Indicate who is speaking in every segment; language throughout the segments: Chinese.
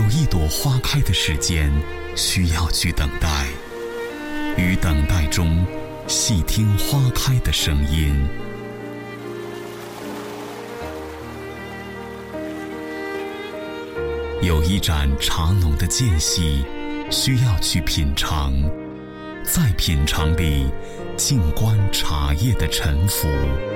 Speaker 1: 一朵花开的时间需要去等待，于等待中细听花开的声音。有一盏茶浓的间隙需要去品尝，在品尝里静观茶叶的沉浮。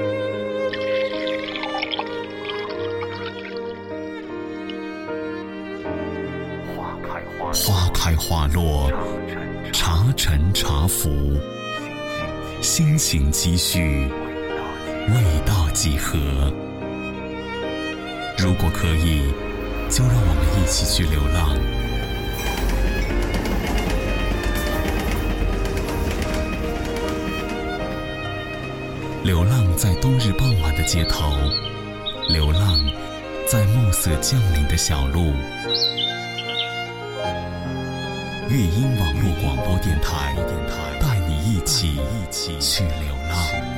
Speaker 1: 花开花落，茶沉茶浮，心情积蓄，味道几何。如果可以，就让我们一起去流浪。流浪在冬日傍晚的街头，流浪在暮色降临的小路。乐音网络广播电台带你一起去流浪。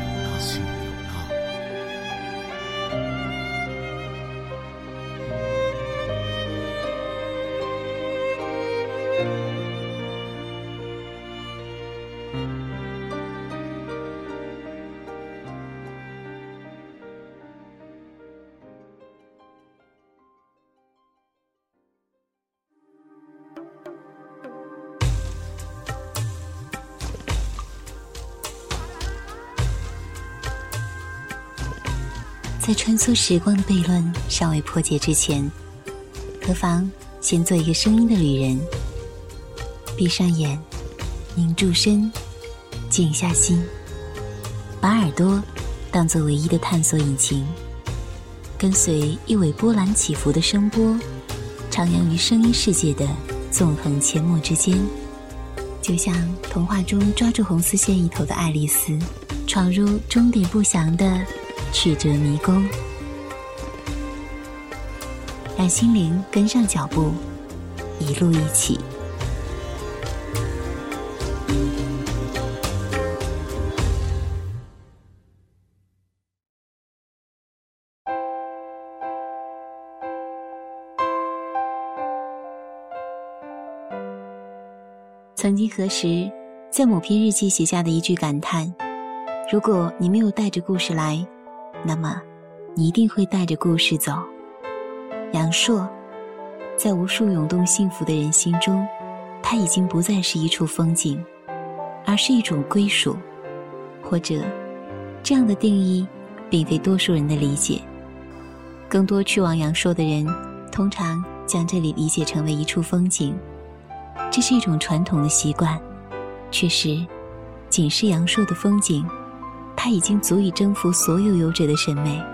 Speaker 2: 在穿梭时光的悖论尚未破解之前，何妨先做一个声音的旅人。闭上眼，凝住身，静下心，把耳朵当作唯一的探索引擎，跟随一尾波澜起伏的声波，徜徉于声音世界的纵横阡陌之间，就像童话中抓住红丝线一头的爱丽丝，闯入终点不详的曲折迷宫，让心灵跟上脚步，一路一起。曾经何时，在某篇日记写下的一句感叹：如果你没有带着故事来，那么你一定会带着故事走。杨烁，在无数涌动幸福的人心中，它已经不再是一处风景，而是一种归属。或者这样的定义并非多数人的理解，更多去往杨烁的人通常将这里理解成为一处风景，这是一种传统的习惯。确实，仅是杨烁的风景，它已经足以征服所有游者的审美。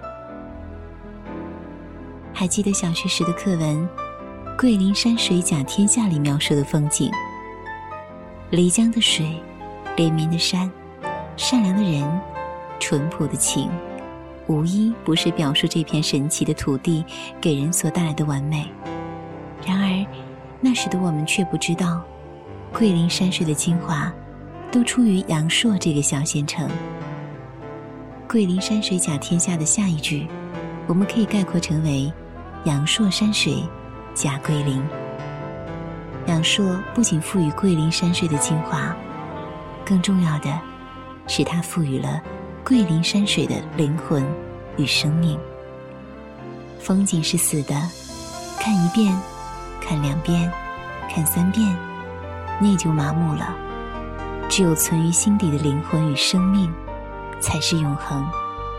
Speaker 2: 还记得小学时的课文《桂林山水甲天下》里描述的风景：漓江的水，连绵的山，善良的人，淳朴的情，无一不是表述这片神奇的土地给人所带来的完美。然而那时的我们却不知道，桂林山水的精华都出于杨烁这个小县城。桂林山水甲天下的下一句，我们可以概括成为杨烁山水甲桂林。杨烁不仅赋予桂林山水的精华，更重要的是他赋予了桂林山水的灵魂与生命。风景是死的，看一遍，看两遍，看三遍，你也就麻木了。只有存于心底的灵魂与生命，才是永恒。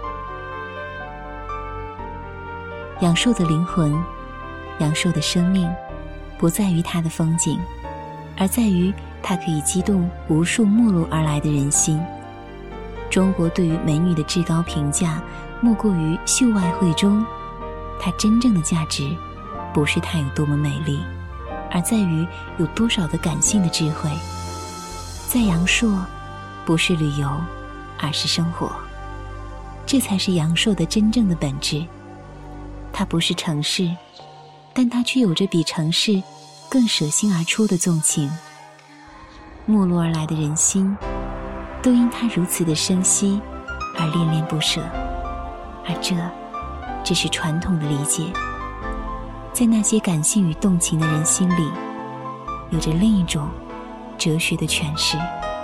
Speaker 2: 杨烁的灵魂，杨烁的生命，不在于它的风景，而在于它可以激动无数陌路而来的人心。中国对于美女的至高评价，莫过于秀外慧中。它真正的价值，不是它有多么美丽，而在于有多少的感性的智慧。在杨烁，不是旅游，而是生活，这才是杨烁的真正的本质。它不是城市，但它却有着比城市更舍心而出的纵情。陌路而来的人心，都因它如此的生息而恋恋不舍，而这只是传统的理解。 在那些感性与动情的人心里，有着另一种哲学的诠释。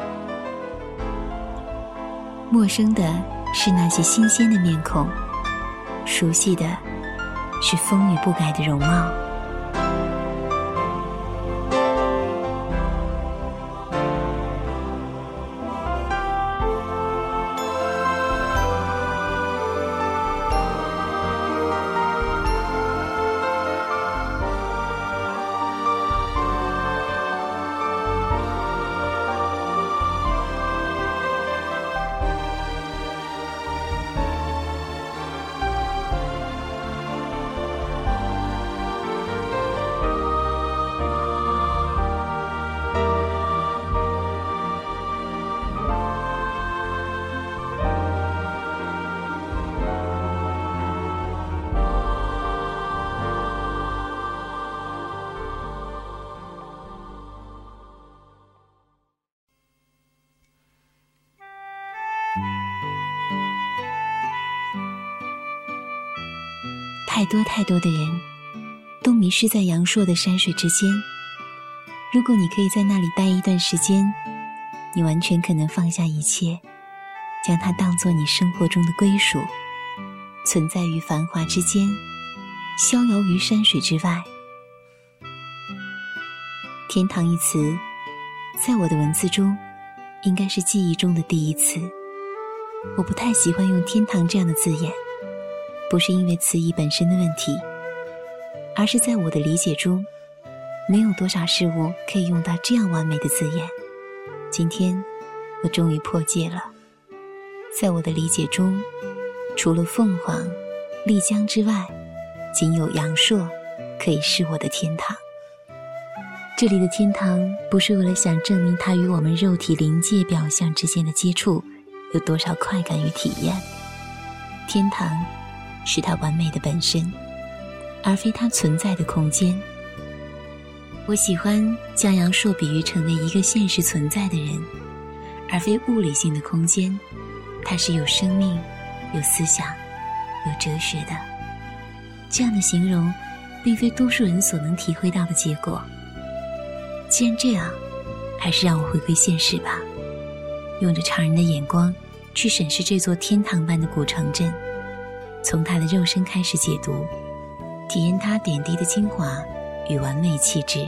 Speaker 2: 陌生的是那些新鲜的面孔，熟悉的是风雨不改的容貌。太多的人都迷失在阳朔的山水之间。如果你可以在那里待一段时间，你完全可能放下一切，将它当作你生活中的归属，存在于繁华之间，逍遥于山水之外。天堂一词在我的文字中应该是记忆中的第一词。我不太喜欢用天堂这样的字眼，不是因为词义本身的问题，而是在我的理解中，没有多少事物可以用到这样完美的字眼。今天我终于破戒了，在我的理解中，除了凤凰、丽江之外，仅有阳朔可以是我的天堂。这里的天堂不是为了想证明它与我们肉体临界表象之间的接触有多少快感与体验，天堂是它完美的本身，而非它存在的空间。我喜欢将阳朔比喻成为一个现实存在的人，而非物理性的空间。它是有生命、有思想、有哲学的。这样的形容并非多数人所能体会到的结果。既然这样，还是让我回归现实吧，用着常人的眼光去审视这座天堂般的古城镇，从它的肉身开始解读，体验它点滴的精华与完美气质。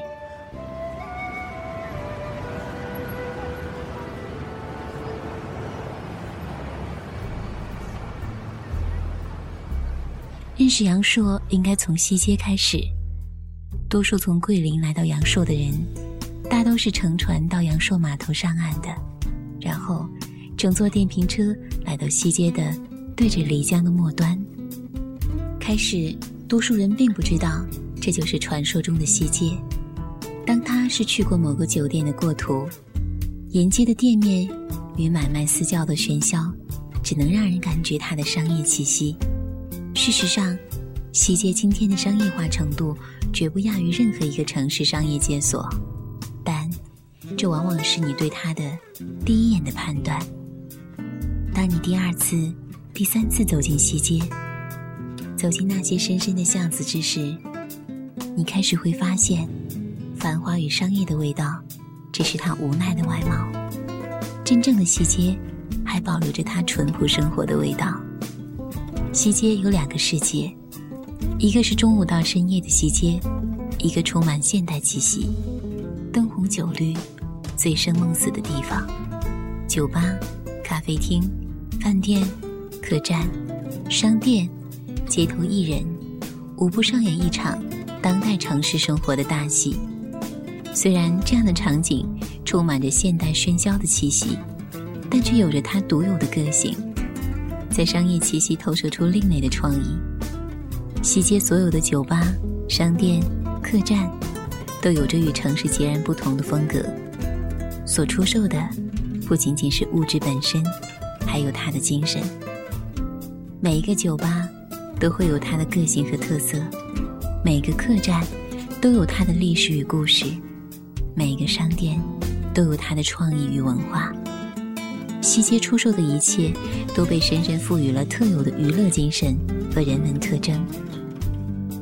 Speaker 2: 认识阳朔应该从西街开始。多数从桂林来到阳朔的人，大都是乘船到阳朔码头上岸的，然后乘坐电瓶车来到西街的对着漓江的末端。开始多数人并不知道这就是传说中的西街，当它是去过某个酒店的过途，沿街的店面与买卖私交的喧嚣只能让人感觉它的商业气息。事实上，西街今天的商业化程度绝不亚于任何一个城市商业街所，但这往往是你对它的第一眼的判断。当你第二次、第三次走进西街，走进那些深深的巷子之时，你开始会发现，繁华与商业的味道只是它无奈的外貌，真正的西街还保留着它淳朴生活的味道。西街有两个世界，一个是中午到深夜的西街，一个充满现代气息、灯红酒绿、醉生梦死的地方。酒吧、咖啡厅、饭店、客栈、商店、街头艺人，无不上演一场当代城市生活的大戏。虽然这样的场景充满着现代喧嚣的气息，但却有着它独有的个性，在商业气息投射出另类的创意。西街所有的酒吧、商店、客栈都有着与城市截然不同的风格，所出售的不仅仅是物质本身，还有它的精神。每一个酒吧都会有它的个性和特色，每个客栈都有它的历史与故事，每一个商店都有它的创意与文化。西街出售的一切都被深深赋予了特有的娱乐精神和人文特征。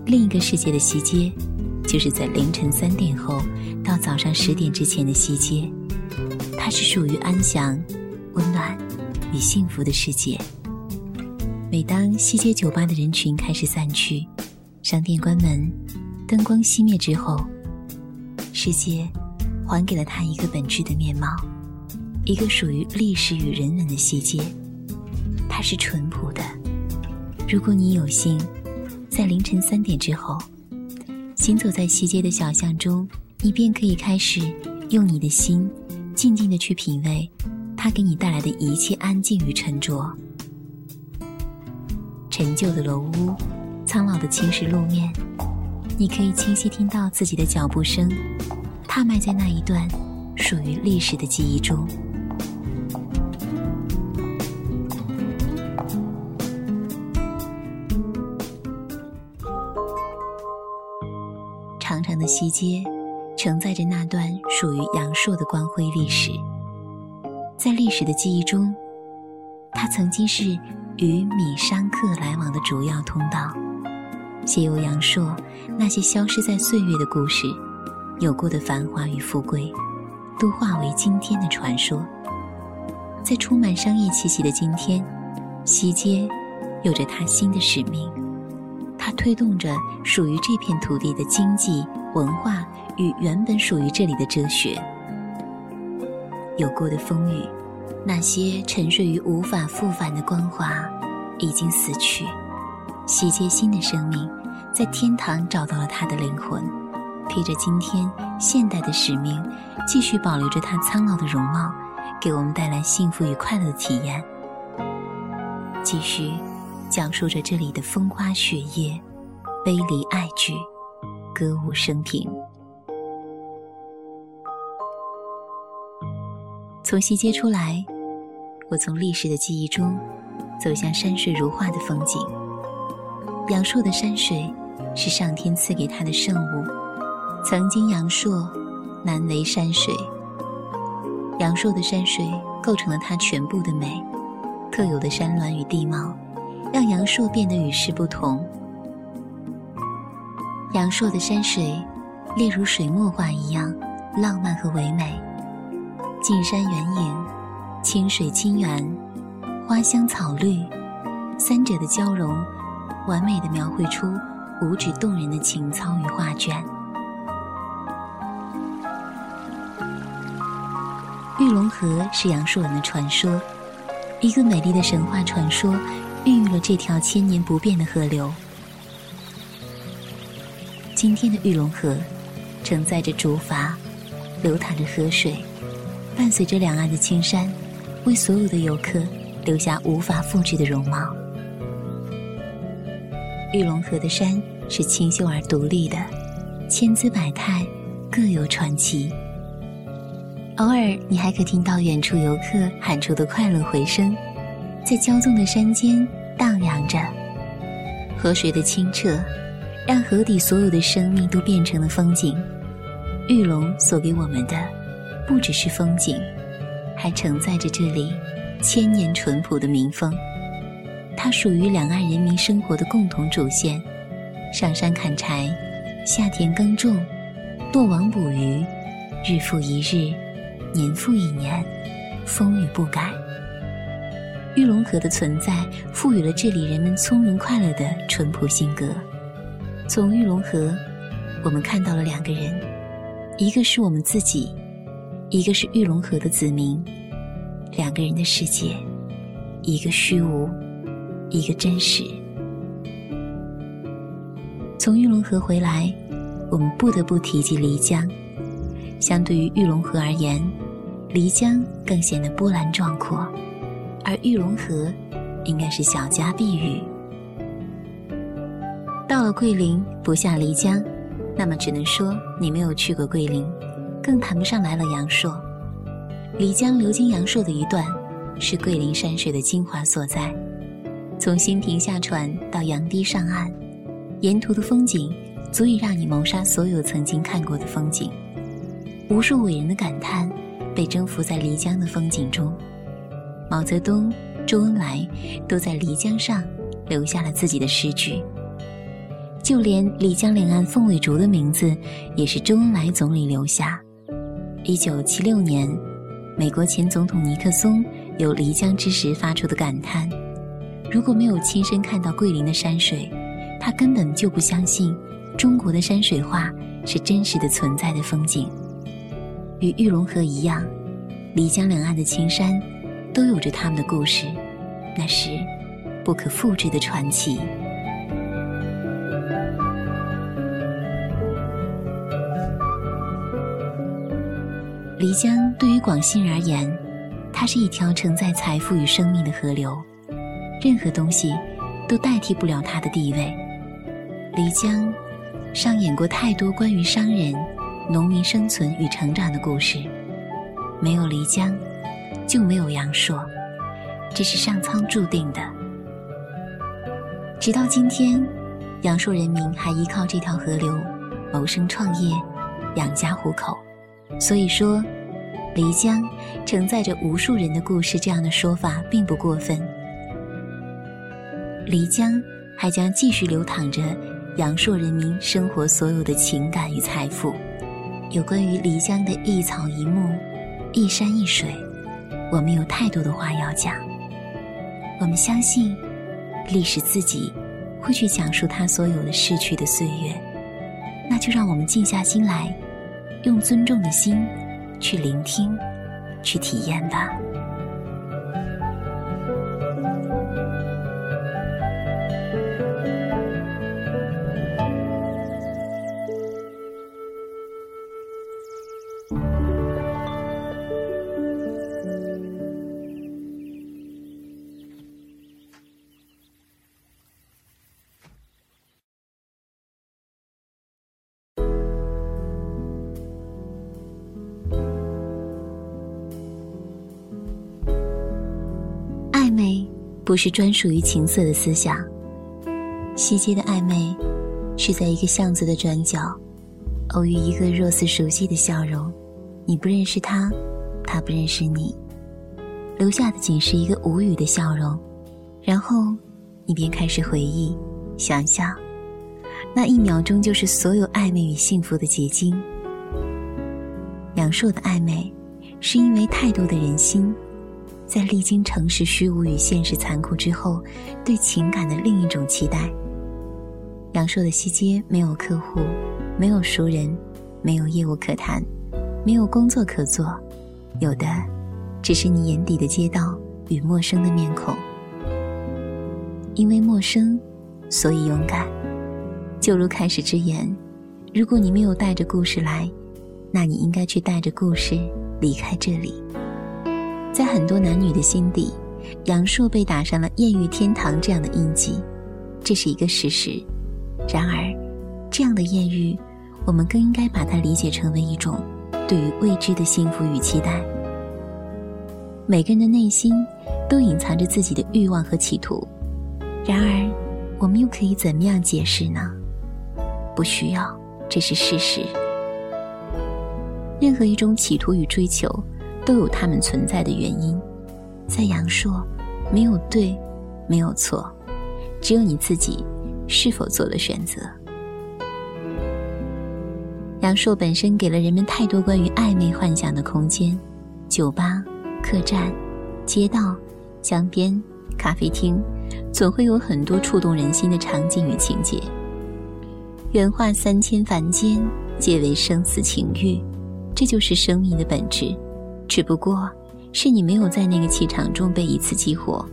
Speaker 2: 另一个世界的西街，就是在凌晨3点后到早上10点之前的西街，它是属于安详、温暖与幸福的世界。每当西街酒吧的人群开始散去，商店关门，灯光熄灭之后，世界还给了它一个本质的面貌，一个属于历史与人文的西街。它是淳朴的。如果你有幸在凌晨3点之后行走在西街的小巷中，你便可以开始用你的心静静地去品味它给你带来的一切安静与沉着。陈旧的楼屋，苍老的青石路面，你可以清晰听到自己的脚步声踏迈在那一段属于历史的记忆中。长长的西街承载着那段属于阳朔的光辉历史。在历史的记忆中，它曾经是与米商客来往的主要通道，写有阳朔那些消失在岁月的故事，有过的繁华与富贵都化为今天的传说。在充满商业气息的今天，西街有着它新的使命，它推动着属于这片土地的经济、文化与原本属于这里的哲学。有过的风雨，那些沉睡于无法复返的光华已经死去，西街新的生命在天堂找到了它的灵魂，披着今天现代的使命，继续保留着它苍老的容貌，给我们带来幸福与快乐的体验，继续讲述着这里的风花雪月、悲离爱聚、歌舞升平。从西街出来，我从历史的记忆中走向山水如画的风景。阳朔的山水是上天赐给它的圣物，曾经阳朔难为山水。阳朔的山水构成了它全部的美，特有的山峦与地貌让阳朔变得与世不同。阳朔的山水列如水墨画一样浪漫和唯美，近山远影，清水清源，花香草绿，三者的交融完美地描绘出无止动人的情操与画卷。玉龙河是阳朔人的传说，一个美丽的神话传说孕育了这条千年不变的河流。今天的玉龙河承载着竹筏，流淌着河水，伴随着两岸的青山，为所有的游客留下无法复制的容貌。玉龙河的山是清秀而独立的，千姿百态，各有传奇。偶尔你还可听到远处游客喊出的快乐回声，在骄纵的山间荡漾着。河水的清澈让河底所有的生命都变成了风景。玉龙所给我们的不只是风景，还承载着这里千年淳朴的民风。它属于两岸人民生活的共同主线，上山砍柴，下田耕种，落网捕鱼，日复一日，年复一年，风雨不改。玉龙河的存在赋予了这里人们从容快乐的淳朴性格。从玉龙河我们看到了两个人，一个是我们自己，一个是玉龙河的子民。两个人的世界，一个虚无，一个真实。从玉龙河回来，我们不得不提及漓江。相对于玉龙河而言，漓江更显得波澜壮阔，而玉龙河应该是小家碧玉。到了桂林不下漓江，那么只能说你没有去过桂林，更谈不上来了阳朔。漓江流经阳朔的一段是桂林山水的精华所在，从新亭下船到阳堤上岸，沿途的风景足以让你谋杀所有曾经看过的风景。无数伟人的感叹被征服在漓江的风景中，毛泽东、周恩来都在漓江上留下了自己的诗句。 就连丽江两岸凤尾竹的名字也是周恩来总理留下。1976年，美国前总统尼克松有漓江之时发出的感叹，如果没有亲身看到桂林的山水，他根本就不相信中国的山水画是真实的存在的风景。与玉龙河一样，漓江两岸的青山都有着他们的故事，那是不可复制的传奇。漓江对于广西人而言，它是一条承载财富与生命的河流，任何东西都代替不了它的地位。漓江上演过太多关于商人、农民生存与成长的故事，没有漓江，就没有阳朔，这是上苍注定的。直到今天，阳朔人民还依靠这条河流谋生创业，养家糊口。所以说，漓江承载着无数人的故事，这样的说法并不过分。漓江还将继续流淌着阳朔人民生活所有的情感与财富。有关于漓江的一草一木、一山一水，我们有太多的话要讲。我们相信历史自己会去讲述它所有的逝去的岁月，那就让我们静下心来，用尊重的心去聆听，去体验吧。暧昧不是专属于情色的思想，西街的暧昧是在一个巷子的转角，偶遇一个若似熟悉的笑容，你不认识他，他不认识你，留下的仅是一个无语的笑容，然后你便开始回忆想象，那1秒钟就是所有暧昧与幸福的结晶。阳朔的暧昧是因为太多的人心在历经城市虚无与现实残酷之后，对情感的另一种期待。阳朔的西街没有客户，没有熟人，没有业务可谈，没有工作可做，有的只是你眼底的街道与陌生的面孔。因为陌生，所以勇敢。就如开始之言，如果你没有带着故事来，那你应该去带着故事离开这里。在很多男女的心底，阳朔被打上了艳遇天堂这样的印记，这是一个事实。然而，这样的艳遇，我们更应该把它理解成为一种对于未知的幸福与期待。每个人的内心都隐藏着自己的欲望和企图，然而，我们又可以怎么样解释呢？不需要，这是事实。任何一种企图与追求都有它们存在的原因，在阳朔没有对，没有错，只有你自己是否做了选择。阳朔本身给了人们太多关于暧昧幻想的空间，酒吧、客栈、街道、江边、咖啡厅，总会有很多触动人心的场景与情节。远化3000凡间，皆为生死情欲，这就是生命的本质，只不过是你没有在那个气场中被一次激活。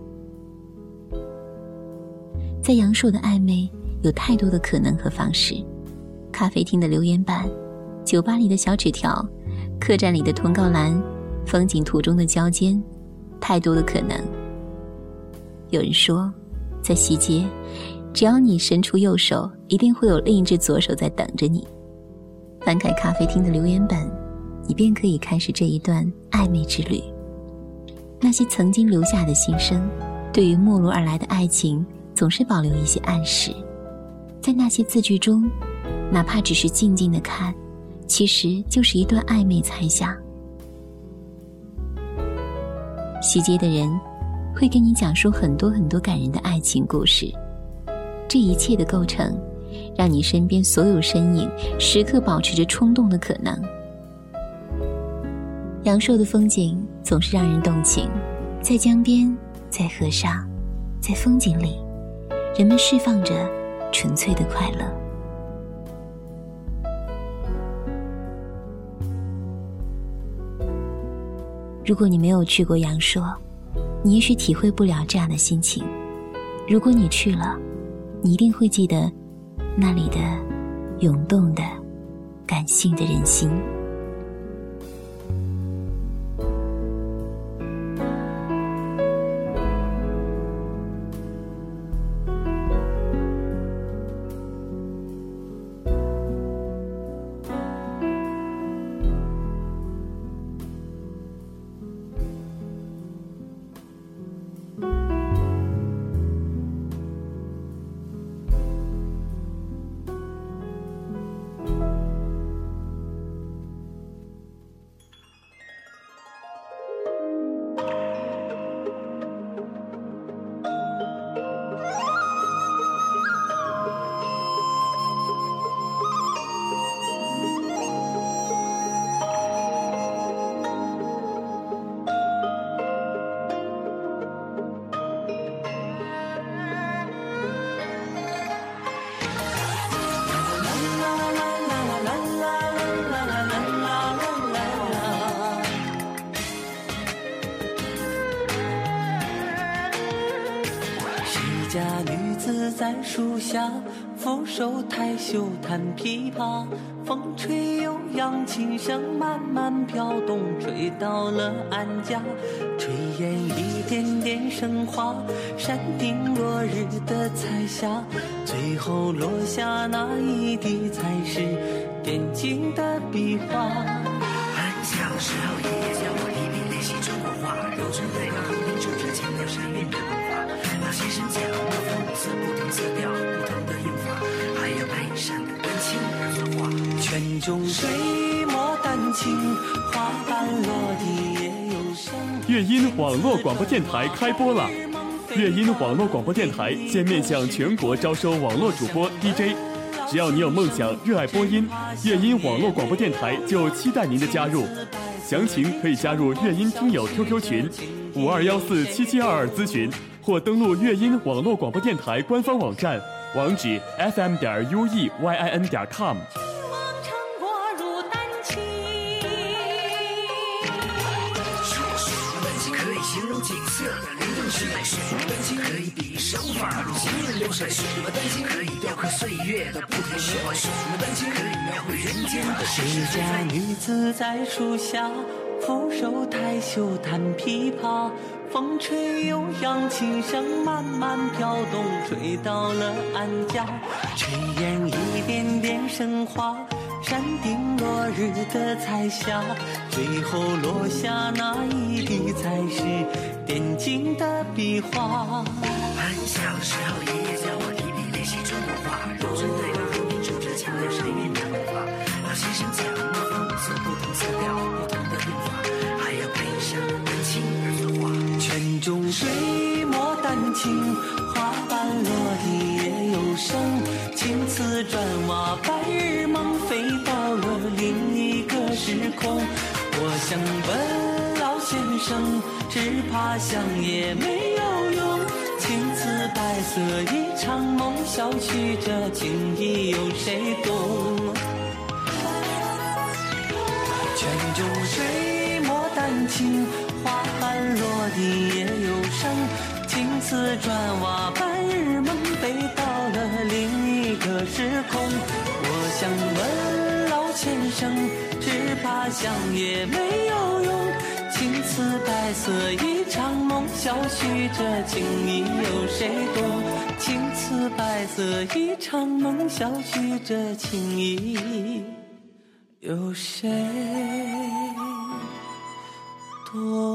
Speaker 2: 在阳朔的暧昧有太多的可能和方式，咖啡厅的留言板，酒吧里的小纸条，客栈里的通告栏，风景图中的交尖，太多的可能。有人说，在西街，只要你伸出右手，一定会有另一只左手在等着你。翻开咖啡厅的留言本，你便可以开始这一段暧昧之旅。那些曾经留下的心声，对于陌路而来的爱情总是保留一些暗示。在那些字句中，哪怕只是静静的看，其实就是一段暧昧猜想。西街的人会跟你讲述很多很多感人的爱情故事，这一切的构成让你身边所有身影时刻保持着冲动的可能。阳朔的风景总是让人动情，在江边，在河上，在风景里，人们释放着纯粹的快乐。如果你没有去过阳朔，你也许体会不了这样的心情。如果你去了，你一定会记得那里的涌动的感性的人心。
Speaker 3: 家女子在树下，俯首抬袖弹琵琶，风吹悠扬，琴声慢慢飘动，吹到了安家。炊烟一点点升华，山顶落日的彩霞，最后落下那一滴才是点睛的笔画。
Speaker 4: 很小时候爷爷教我一笔练习中国话，揉成对了后面住着强调声韵的文法。老先生讲五分五色不同色调不同的用法，还要配上丹青而作画。
Speaker 3: 泉中水墨丹青，花瓣落地也有声。
Speaker 5: 乐音网络广播电台开播了！乐音网络广播电台现面向全国招收网络主播 DJ， 只要你有梦想，热爱播音，乐音网络广播电台就期待您的加入。详情可以加入乐音听友 QQ 群52147722咨询，或登录乐音网络广播电台官方网站，网址 fm.ueyin.com。
Speaker 4: 形容景色，灵动是美；什么丹青可以比喻手法，如行云流水；什么丹青可以雕刻岁月的不停循环；什么丹青可以描绘人间的世
Speaker 3: 世家女子在树下，俯首抬袖弹琵琶，风吹悠扬，琴声慢慢飘动，吹到了安家。炊烟一点点升华，山顶落日的彩霞，最后落下那一滴才是点睛的笔画。
Speaker 4: 很小时候爷爷教我提笔练习中国话，揉成对了后面住着强调声韵的文法。老先生讲五分五色不同色调不同的用法，还要配上丹青而作画。
Speaker 3: 泉中水墨丹青，花瓣落地也有声。青瓷砖瓦，白日梦飞到了另一个时空。我想问老先生，只怕想也没有用。青瓷白色一场梦，消去这情意有谁懂？泉中水墨丹青，花瓣落地也有声。青瓷砖瓦，白日梦飞到了另一个时空。我想问老先生，只怕想也没有用。青瓷白色一场梦，消去这情意有谁懂？青瓷白色一场梦，消去这情意有谁懂？